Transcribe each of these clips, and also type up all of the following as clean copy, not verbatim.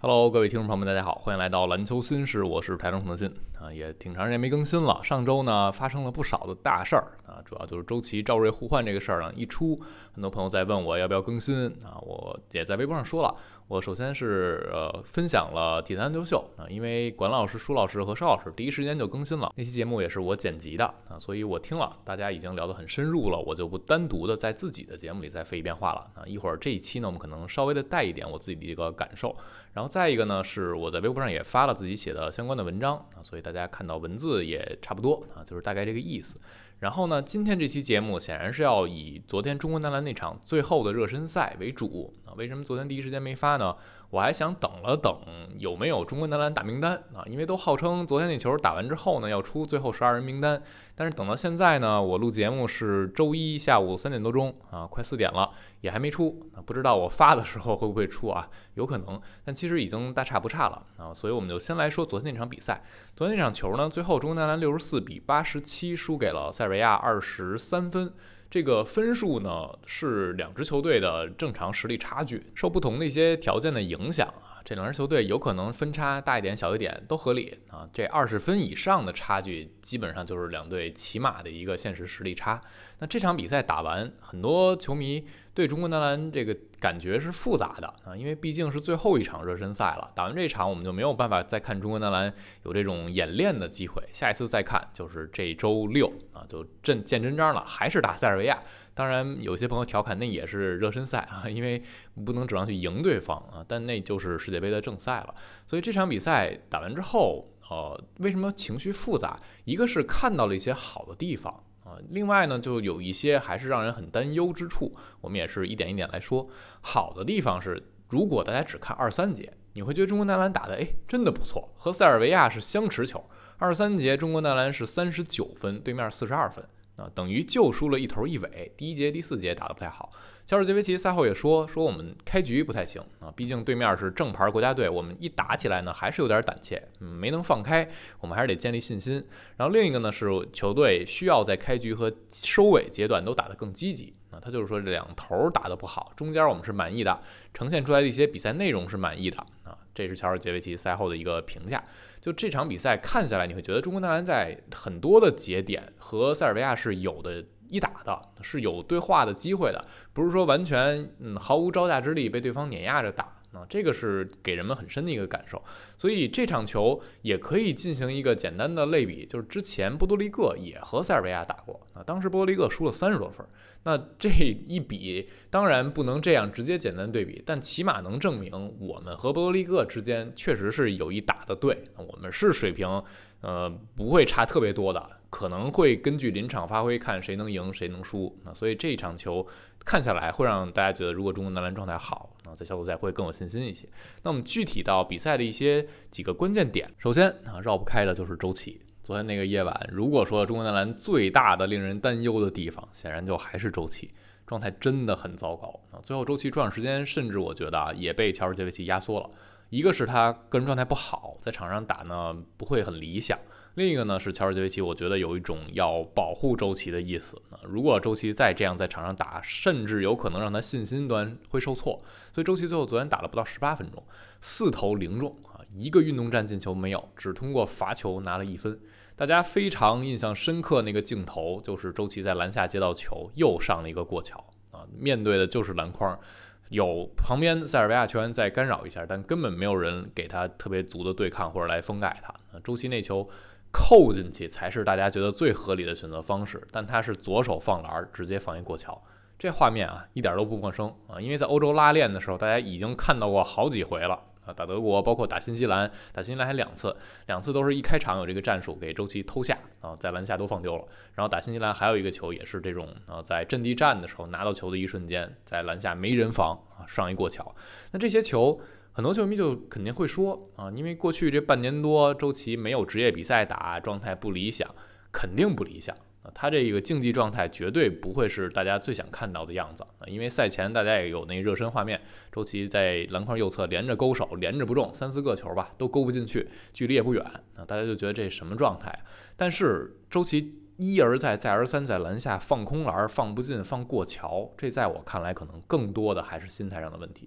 Hello，各位听众朋友们，大家好，欢迎来到篮球新事，我是台中腾讯也挺长时间没更新了。上周呢发生了不少的大事儿主要就是周琦赵睿互换这个事儿一出，很多朋友在问我要不要更新我也在微博上说了。我首先是分享了体坛篮球秀因为管老师、舒老师和邵老师第一时间就更新了那期节目，也是我剪辑的所以我听了，大家已经聊得很深入了，我就不单独的在自己的节目里再费一遍话了一会儿这一期呢，我们可能稍微的带一点我自己的一个感受，然后再一个呢，是我在微博上也发了自己写的相关的文章所以大家看到文字也差不多就是大概这个意思。然后呢，今天这期节目显然是要以昨天中国男篮那场最后的热身赛为主为什么昨天第一时间没发呢？我还想等了等有没有中国男篮大名单因为都号称昨天那球打完之后呢要出最后12人名单，但是等到现在呢，我录节目是周一下午3点多钟快4点了也还没出不知道我发的时候会不会出有可能，但其实已经大差不差了所以我们就先来说昨天那场比赛。昨天那场球呢，最后中国男篮64比87输给了塞尔维亚23分。这个分数呢是两支球队的正常实力差距，受不同的一些条件的影响这两支球队有可能分差大一点小一点都合理这20分以上的差距基本上就是两队起码的一个现实实力差。那这场比赛打完，很多球迷对中国男篮这个感觉是复杂的因为毕竟是最后一场热身赛了，打完这场我们就没有办法再看中国男篮有这种演练的机会，下一次再看就是这周六就见真章了，还是打塞尔维亚。当然有些朋友调侃那也是热身赛因为不能指望去赢对方但那就是世界杯的正赛了。所以这场比赛打完之后为什么情绪复杂？一个是看到了一些好的地方另外呢，就有一些还是让人很担忧之处，我们也是一点一点来说。好的地方是，如果大家只看23节，你会觉得中国男篮打的真的不错，和塞尔维亚是相持球。23节中国男篮是39分，对面42分等于就输了一头一尾。第一节、第4节打得不太好。乔尔杰维奇赛后也说我们开局不太行毕竟对面是正牌国家队，我们一打起来呢还是有点胆怯没能放开，我们还是得建立信心。然后另一个呢是球队需要在开局和收尾阶段都打得更积极他就是说这两头打得不好，中间我们是满意的，呈现出来的一些比赛内容是满意的这是乔尔杰维奇赛后的一个评价。就这场比赛看下来，你会觉得中国男篮在很多的节点和塞尔维亚是有的一打的，是有对话的机会的，不是说完全毫无招架之力被对方碾压着打这个是给人们很深的一个感受。所以这场球也可以进行一个简单的类比，就是之前波多黎各也和塞尔维亚打过当时波多黎各输了30多分。那这一比当然不能这样直接简单对比，但起码能证明我们和波多黎各之间确实是有一打的队，我们是水平不会差特别多的，可能会根据临场发挥看谁能赢谁能输所以这一场球看下来会让大家觉得，如果中国男篮状态好在小组赛会更有信心一些。那我们具体到比赛的几个关键点，首先绕不开的就是周琦。昨天那个夜晚，如果说中国男篮最大的令人担忧的地方，显然就还是周琦，状态真的很糟糕最后周琦出场时间甚至我觉得也被乔尔杰维奇压缩了。一个是他个人状态不好，在场上打呢不会很理想，另一个呢是乔尔杰维奇我觉得有一种要保护周琦的意思如果周琦再这样在场上打，甚至有可能让他信心端会受挫。所以周琦最后昨天打了不到18分钟，4投0中一个运动战进球没有，只通过罚球拿了1分。大家非常印象深刻那个镜头，就是周琦在篮下接到球又上了一个过桥面对的就是篮筐，有旁边塞尔维亚球员在干扰一下，但根本没有人给他特别足的对抗或者来封盖他周琦那球扣进去才是大家觉得最合理的选择方式，但他是左手放篮直接放一过桥，这画面一点都不陌生因为在欧洲拉练的时候大家已经看到过好几回了打德国，包括打新西兰还两次都是一开场有这个战术给周琦偷下在篮下都放丢了。然后打新西兰还有一个球也是这种在阵地战的时候拿到球的一瞬间，在篮下没人防上一过桥。那这些球很多球迷就肯定会说因为过去这半年多周琦没有职业比赛打，状态不理想，肯定不理想他这个竞技状态绝对不会是大家最想看到的样子因为赛前大家也有那热身画面，周琦在篮筐右侧连着勾手，连着不中3-4个球吧，都勾不进去，距离也不远大家就觉得这什么状态。但是周琦一而再再而三在篮下放空篮，放不进，放过桥，这在我看来可能更多的还是心态上的问题。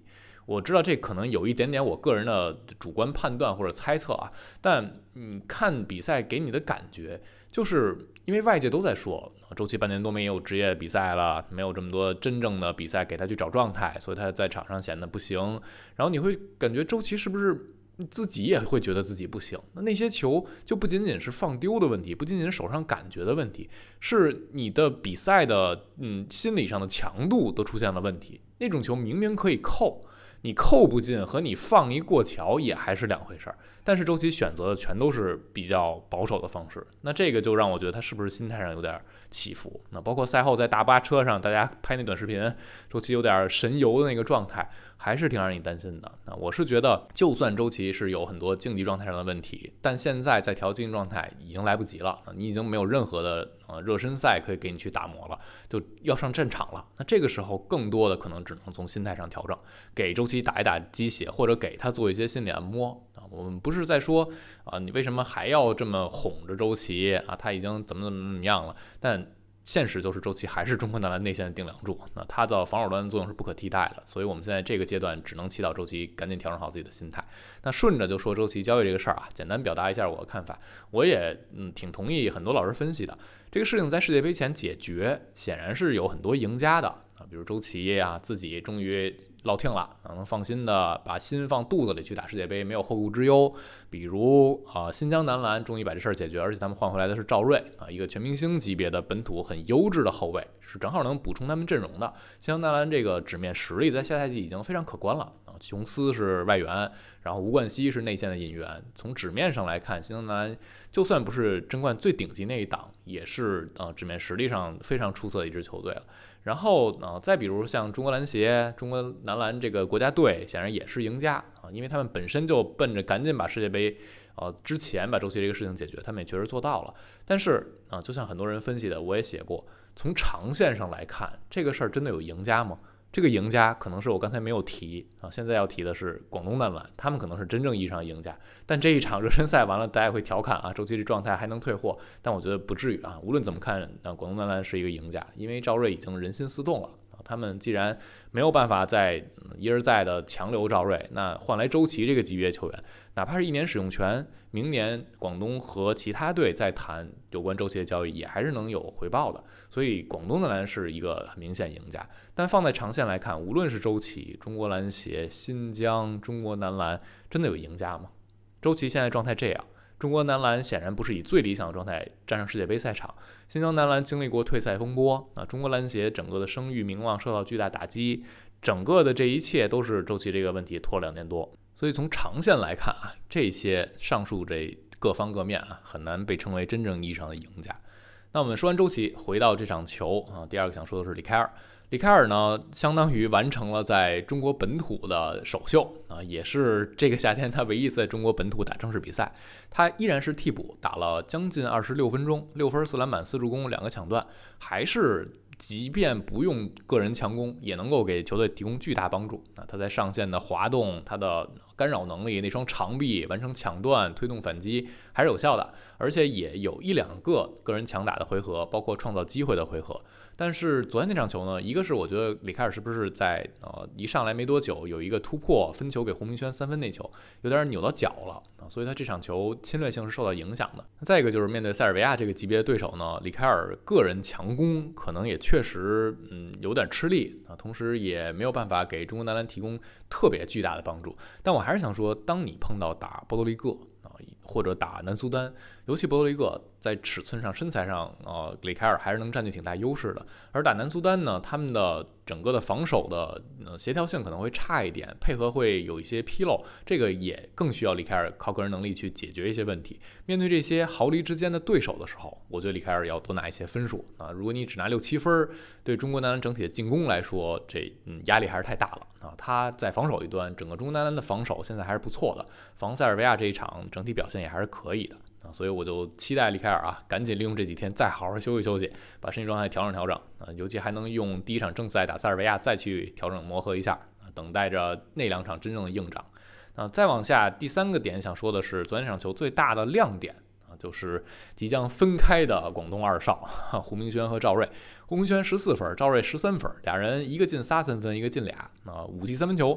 我知道这可能有一点点我个人的主观判断或者猜测啊，但看比赛给你的感觉，就是因为外界都在说周琦半年多没有职业比赛了，没有这么多真正的比赛给他去找状态，所以他在场上显得不行。然后你会感觉周琦是不是自己也会觉得自己不行？那些球就不仅仅是放丢的问题，不仅仅是手上感觉的问题，是你的比赛的心理上的强度都出现了问题。那种球明明可以扣，你扣不进和你放一过桥也还是两回事儿。但是周琦选择的全都是比较保守的方式，那这个就让我觉得他是不是心态上有点起伏。那包括赛后在大巴车上大家拍那短视频，周琦有点神游的那个状态，还是挺让你担心的。那我是觉得就算周琦是有很多竞技状态上的问题，但现在在调竞技状态已经来不及了，你已经没有任何的热身赛可以给你去打磨了，就要上战场了。那这个时候更多的可能只能从心态上调整，给周琦打一打鸡血，或者给他做一些心理按摩。我们不是在说你为什么还要这么哄着周琦啊？他已经怎么样了？但现实就是周琦还是中国男篮内线的顶梁柱，那他的防守端的作用是不可替代的。所以我们现在这个阶段只能祈祷周琦赶紧调整好自己的心态。那顺着就说周琦交易这个事儿啊，简单表达一下我的看法。我也挺同意很多老师分析的，这个事情在世界杯前解决，显然是有很多赢家的啊，比如周琦啊自己终于落听了，能放心的把心放肚子里去打世界杯，没有后顾之忧。比如新疆男篮终于把这事儿解决，而且他们换回来的是赵睿啊，一个全明星级别的本土很优质的后卫，是正好能补充他们阵容的。新疆男篮这个纸面实力在下赛季已经非常可观了啊，琼斯是外援，然后吴冠希是内线的引援。从纸面上来看，新疆男篮就算不是争冠最顶级那一档，也是纸面实力上非常出色的一支球队了。然后再比如像中国篮协、中国男篮这个国家队，显然也是赢家啊，因为他们本身就奔着赶紧把世界杯之前把周琦这个事情解决，他们也确实做到了。但是就像很多人分析的，我也写过，从长线上来看，这个事儿真的有赢家吗？这个赢家可能是我刚才没有提啊，现在要提的是广东男篮，他们可能是真正意义上赢家。但这一场热身赛完了，大家会调侃啊，周琦这状态还能退货？但我觉得不至于啊。无论怎么看，广东男篮是一个赢家，因为赵睿已经人心思动了。他们既然没有办法再一而再的强留赵睿，那换来周琦这个级别球员，哪怕是1年使用权，明年广东和其他队再谈有关周琦的交易，也还是能有回报的。所以广东男篮是一个很明显赢家。但放在长线来看，无论是周琦、中国篮协、新疆、中国男篮，真的有赢家吗？周琦现在状态这样，中国男篮显然不是以最理想的状态站上世界杯赛场。新疆男篮经历过退赛风波啊，中国篮协整个的声誉名望受到巨大打击，整个的这一切都是周琦这个问题拖了2年多。所以从长线来看啊，这些上述这各方各面啊，很难被称为真正意义上的赢家。那我们说完周琦，回到这场球啊，第二个想说的是李凯尔。李凯尔呢，相当于完成了在中国本土的首秀啊，也是这个夏天他唯一一次在中国本土打正式比赛。他依然是替补，打了将近26分钟，6分4篮板4助攻2个抢断，还是即便不用个人强攻，也能够给球队提供巨大帮助。他在上线的滑动，他的干扰能力，那双长臂完成抢断、推动反击还是有效的，而且也有1-2个个人强打的回合，包括创造机会的回合。但是昨天那场球呢，一个是我觉得李凯尔是不是在一上来没多久有一个突破分球给胡明轩3分那球有点扭到脚了啊，所以他这场球侵略性是受到影响的。再一个就是面对塞尔维亚这个级别的对手呢，李凯尔个人强攻可能也确实有点吃力啊，同时也没有办法给中国男篮提供特别巨大的帮助。但我还是想说，当你碰到打波多黎各或者打南苏丹，尤其波多黎各在尺寸上、身材上，里凯尔还是能占据挺大优势的。而打南苏丹呢，他们的整个的防守的协调性可能会差一点，配合会有一些纰漏，这个也更需要里凯尔靠个人能力去解决一些问题。面对这些毫厘之间的对手的时候，我觉得里凯尔要多拿一些分数啊。如果你只拿6-7分，对中国男篮整体的进攻来说，这压力还是太大了啊。他在防守一端，整个中国男篮的防守现在还是不错的，防塞尔维亚这一场整体表现也还是可以的。所以我就期待里凯尔啊，赶紧利用这几天再好好休息休息，把身体状态调整调整啊，尤其还能用第一场正赛打塞尔维亚再去调整磨合一下啊，等待着那2场真正的硬仗。再往下第3个点想说的是，昨天这场球最大的亮点啊，就是即将分开的广东二少胡明轩和赵睿。胡明轩14分，赵睿13分，俩人一个进仨3分，一个进俩啊，5记3分球。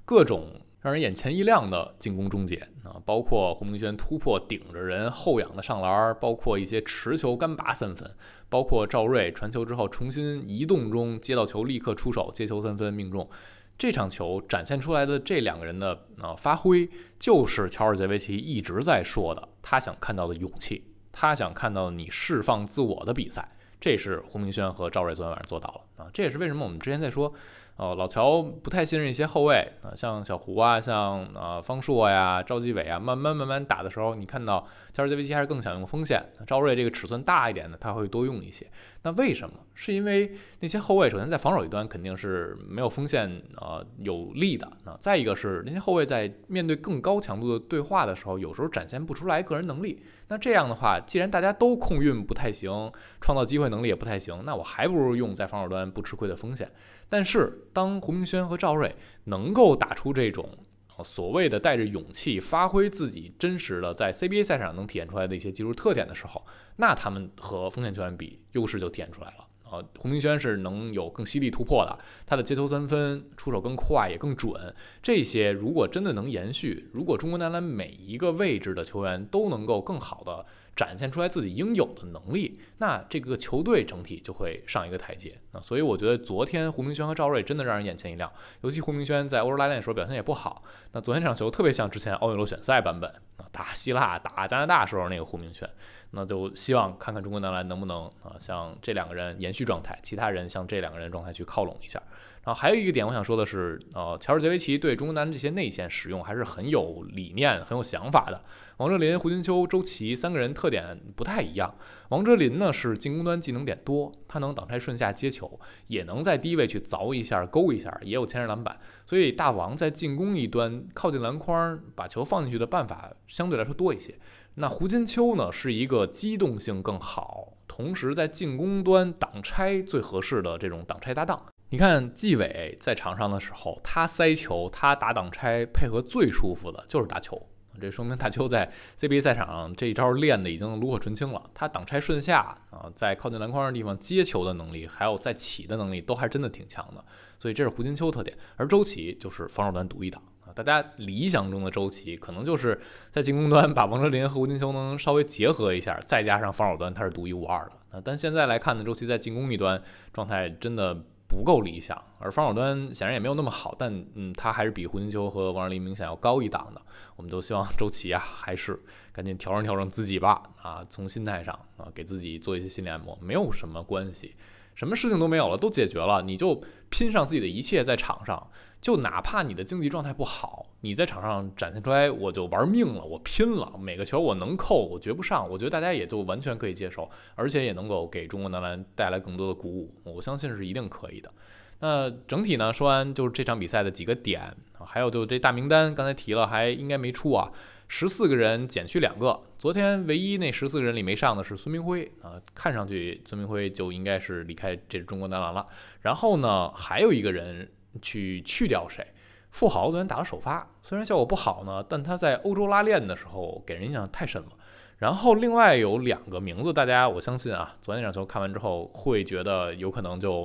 各种让人眼前一亮的进攻终结啊，包括胡明轩突破顶着人后仰的上篮，包括一些持球干拔三分，包括赵睿传球之后重新移动中接到球立刻出手接球三分命中。这场球展现出来的这两个人的发挥，就是乔尔杰维奇一直在说的，他想看到的勇气，他想看到你释放自我的比赛。这是胡明轩和赵睿昨天晚上做到了啊！这也是为什么我们之前在说，老乔不太信任一些后卫啊，像小胡啊，像方硕呀、赵继伟啊，慢慢打的时候，你看到乔尔杰维奇还是更想用锋线，赵睿这个尺寸大一点的，他会多用一些。那为什么？是因为那些后卫首先在防守一端肯定是没有锋线有利的，再一个是那些后卫在面对更高强度的对话的时候，有时候展现不出来个人能力。那这样的话，既然大家都控运不太行，创造机会能力也不太行，那我还不如用在防守端不吃亏的锋线。但是当胡明轩和赵睿能够打出这种所谓的带着勇气发挥自己真实的在 CBA 赛场能体现出来的一些技术特点的时候，那他们和锋线球员比优势就体现出来了。胡明轩是能有更犀利突破的，他的接球三分出手更快也更准，这些如果真的能延续，如果中国男篮每一个位置的球员都能够更好的展现出来自己应有的能力，那这个球队整体就会上一个台阶。所以我觉得昨天胡明轩和赵睿真的让人眼前一亮，尤其胡明轩在欧洲拉练的时候表现也不好，那昨天这场球特别像之前奥运罗选赛版本，打希腊打加拿大时候那个胡明轩，那就希望看看中国男篮能不能像这两个人延续状态，其他人向这两个人状态去靠拢一下。然后还有一个点我想说的是，乔尔杰维奇对中国男篮这些内线使用还是很有理念、很有想法的。王哲林、胡金秋、周琦三个人特点不太一样。王哲林呢是进攻端技能点多，他能挡拆顺下接球，也能在低位去凿一下、勾一下，也有前置篮板，所以大王在进攻一端靠近篮筐把球放进去的办法相对来说多一些。那胡金秋呢是一个机动性更好，同时在进攻端挡拆最合适的这种挡拆搭档。你看季伟在场上的时候，他塞球，他打挡拆配合最舒服的就是大邱，这说明大邱在 CBA 赛场上这一招练的已经炉火纯青了。他挡拆顺下在靠近篮筐的地方接球的能力，还有在起的能力都还真的挺强的，所以这是胡金秋特点。而周琦就是防守端独一档。大家理想中的周琦可能就是在进攻端把王哲林和胡金秋能稍微结合一下，再加上防守端他是独一无二的。但现在来看呢，周琦在进攻一端状态真的不够理想，而防守端显然也没有那么好，但他还是比胡金秋和王哲林明显要高一档的。我们都希望周琦还是赶紧调整自己吧，从心态上给自己做一些心理按摩，没有什么关系，什么事情都没有了，都解决了，你就拼上自己的一切在场上。就哪怕你的竞技状态不好，你在场上展现出来，我就玩命了，我拼了，每个球我能扣，我绝不上，我觉得大家也就完全可以接受，而且也能够给中国男篮带来更多的鼓舞，我相信是一定可以的。那整体呢，说完就是这场比赛的几个点，还有就这大名单刚才提了，还应该没出14个人减去2个，昨天唯一那14个人里没上的是孙铭徽看上去孙铭徽就应该是离开这支中国男篮了。然后呢，还有一个人去掉谁？富豪昨天打了首发，虽然效果不好呢，但他在欧洲拉练的时候给人印象太深了。然后另外有2个名字，大家我相信昨天那场球看完之后会觉得有可能就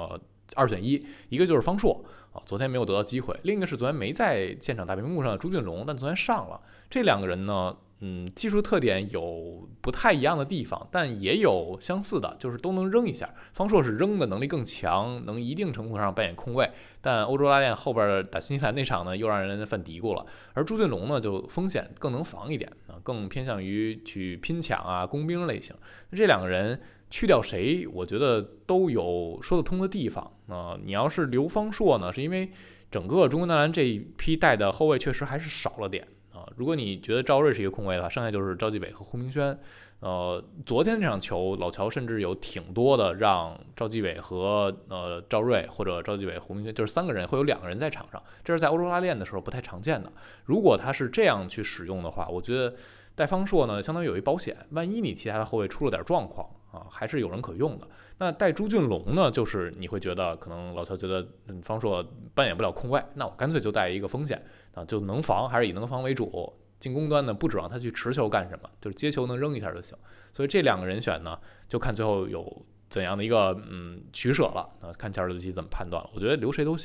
2选1，一个就是方硕昨天没有得到机会，另一个是昨天没在现场大屏幕上的朱俊龙，但昨天上了。这2个人呢，技术特点有不太一样的地方，但也有相似的，就是都能扔一下。方硕是扔的能力更强，能一定程度上扮演控卫，但欧洲拉练后边打新西兰那场呢，又让人犯嘀咕了。而朱俊龙呢，就锋线更能防一点更偏向于去拼抢工兵类型。这2个人去掉谁，我觉得都有说得通的地方你要是留方硕呢，是因为整个中国男篮这一批带的后卫确实还是少了点如果你觉得赵睿是一个控卫的话，剩下就是赵继伟和胡明轩。昨天这场球，老乔甚至有挺多的让赵继伟和赵睿，或者赵继伟、胡明轩，就是3个人会有2个人在场上，这是在欧洲拉练的时候不太常见的。如果他是这样去使用的话，我觉得带方硕呢，相当于有一保险，万一你其他的后卫出了点状况还是有人可用的。那带朱俊龙呢，就是你会觉得可能老乔觉得方硕扮演不了控卫，那我干脆就带一个锋线就能防还是以能防为主。进攻端呢，不指望他去持球干什么，就是接球能扔一下就行。所以这2个人选呢，就看最后有怎样的一个取舍了看乔尔维奇怎么判断了。我觉得留谁都行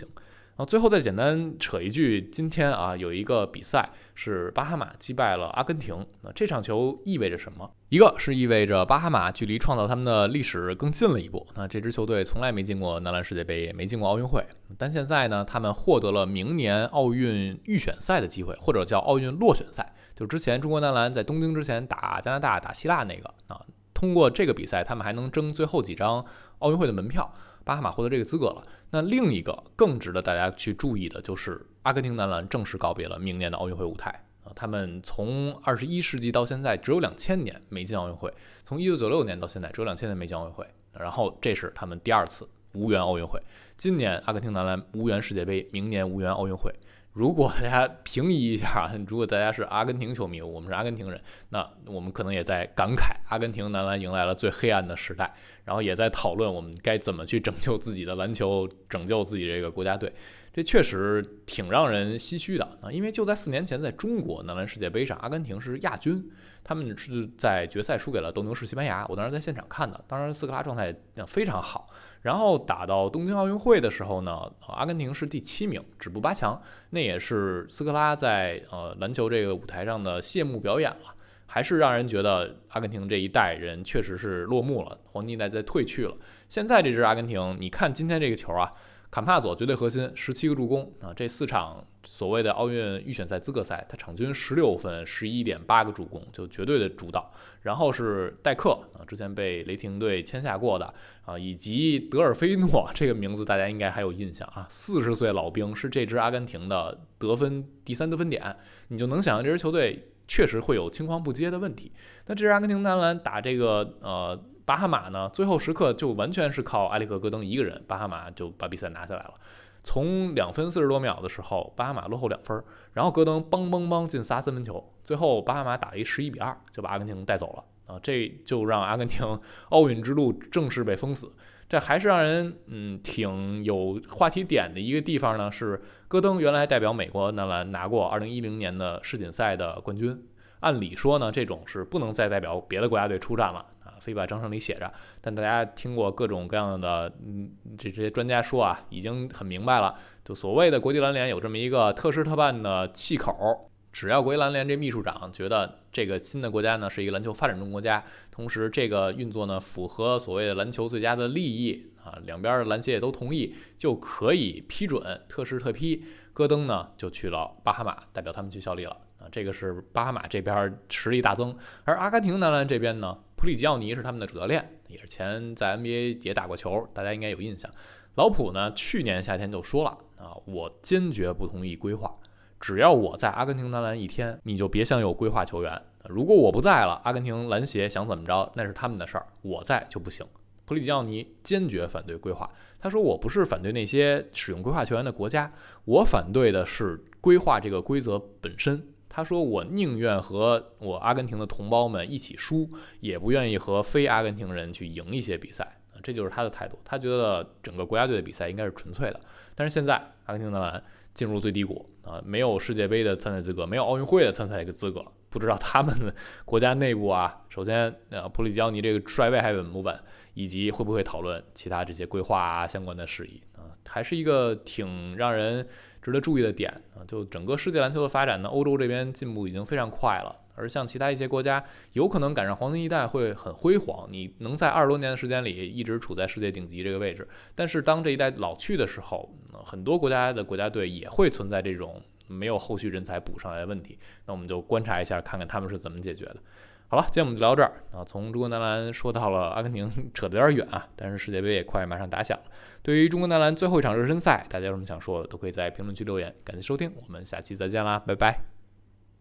然后最后再简单扯一句，今天啊有一个比赛是巴哈马击败了阿根廷，那这场球意味着什么？一个是意味着巴哈马距离创造他们的历史更近了一步，那这支球队从来没进过男篮世界杯，也没进过奥运会，但现在呢，他们获得了明年奥运预选赛的机会，或者叫奥运落选赛，就之前中国男篮在东京之前打加拿大、打希腊那个啊，通过这个比赛，他们还能争最后几张奥运会的门票。巴哈马获得这个资格了。那另一个更值得大家去注意的就是阿根廷男篮正式告别了明年的奥运会舞台啊！他们从21世纪到现在只有2000年没进奥运会，从1996年到现在只有2000年没进奥运会，然后这是他们第2次无缘奥运会。今年阿根廷男篮无缘世界杯，明年无缘奥运会。如果大家平移一下，如果大家是阿根廷球迷，我们是阿根廷人，那我们可能也在感慨阿根廷男篮迎来了最黑暗的时代，然后也在讨论我们该怎么去拯救自己的篮球，拯救自己这个国家队。这确实挺让人唏嘘的啊！因为就在4年前，在中国男篮世界杯上，阿根廷是亚军，他们是在决赛输给了斗牛士西班牙。我当时在现场看的，当然斯科拉状态非常好。然后打到东京奥运会的时候呢，阿根廷是第7名，止步8强，那也是斯科拉在篮球这个舞台上的谢幕表演了。还是让人觉得阿根廷这一代人确实是落幕了，黄金一代在退去了。现在这支阿根廷，你看今天这个球啊，卡帕佐绝对核心，17个助攻啊，这4场所谓的奥运预选赛资格赛，他场均16分，11.8个助攻，就绝对的主导。然后是戴克啊，之前被雷霆队签下过的啊，以及德尔菲诺这个名字大家应该还有印象啊，40岁老兵，是这支阿根廷的得分第3得分点，你就能想象这支球队确实会有青黄不接的问题。那这支阿根廷男篮打这个巴哈马呢，最后时刻就完全是靠埃里克·戈登一个人，巴哈马就把比赛拿下来了。从2分40多秒的时候，巴哈马落后2分，然后戈登邦进仨3分球，最后巴哈马打了一11-2，就把阿根廷带走了啊！这就让阿根廷奥运之路正式被封死。这还是让人挺有话题点的一个地方呢，是戈登原来代表美国男篮拿过2010年的世锦赛的冠军，按理说呢，这种是不能再代表别的国家队出战了啊，非把章程里写着。但大家听过各种各样的这些专家说啊，已经很明白了，就所谓的国际篮联有这么一个特事特办的气口。只要国际篮联这秘书长觉得这个新的国家呢是一个篮球发展中国家，同时这个运作呢符合所谓的篮球最佳的利益啊，两边的篮协也都同意，就可以批准特事特批。戈登呢就去了巴哈马，代表他们去效力了啊，这个是巴哈马这边实力大增。而阿根廷男篮这边呢，普里吉奥尼是他们的主教练，也是前在 NBA 也打过球，大家应该有印象。老普呢去年夏天就说了啊，我坚决不同意规划。只要我在阿根廷男篮一天，你就别想有规划球员。如果我不在了，阿根廷篮协想怎么着那是他们的事儿，我在就不行。普里吉奥尼坚决反对规划，他说我不是反对那些使用规划球员的国家，我反对的是规划这个规则本身。他说我宁愿和我阿根廷的同胞们一起输，也不愿意和非阿根廷人去赢一些比赛。这就是他的态度，他觉得整个国家队的比赛应该是纯粹的。但是现在阿根廷男篮进入最低谷啊，没有世界杯的参赛资格，没有奥运会的参赛资格，不知道他们国家内部啊，首先普里吉奥尼这个帅位还稳不稳，以及会不会讨论其他这些规划啊相关的事宜啊，还是一个挺让人值得注意的点啊。就整个世界篮球的发展呢，欧洲这边进步已经非常快了。而像其他一些国家，有可能赶上黄金一代会很辉煌，你能在20多年的时间里一直处在世界顶级这个位置。但是当这一代老去的时候，很多国家的国家队也会存在这种没有后续人才补上来的问题。那我们就观察一下，看看他们是怎么解决的。好了，今天我们就聊到这儿啊。从中国男篮说到了阿根廷，扯得有点远啊，但是世界杯也快马上打响了。对于中国男篮最后一场热身赛，大家有什么想说的，都可以在评论区留言。感谢收听，我们下期再见啦，拜拜。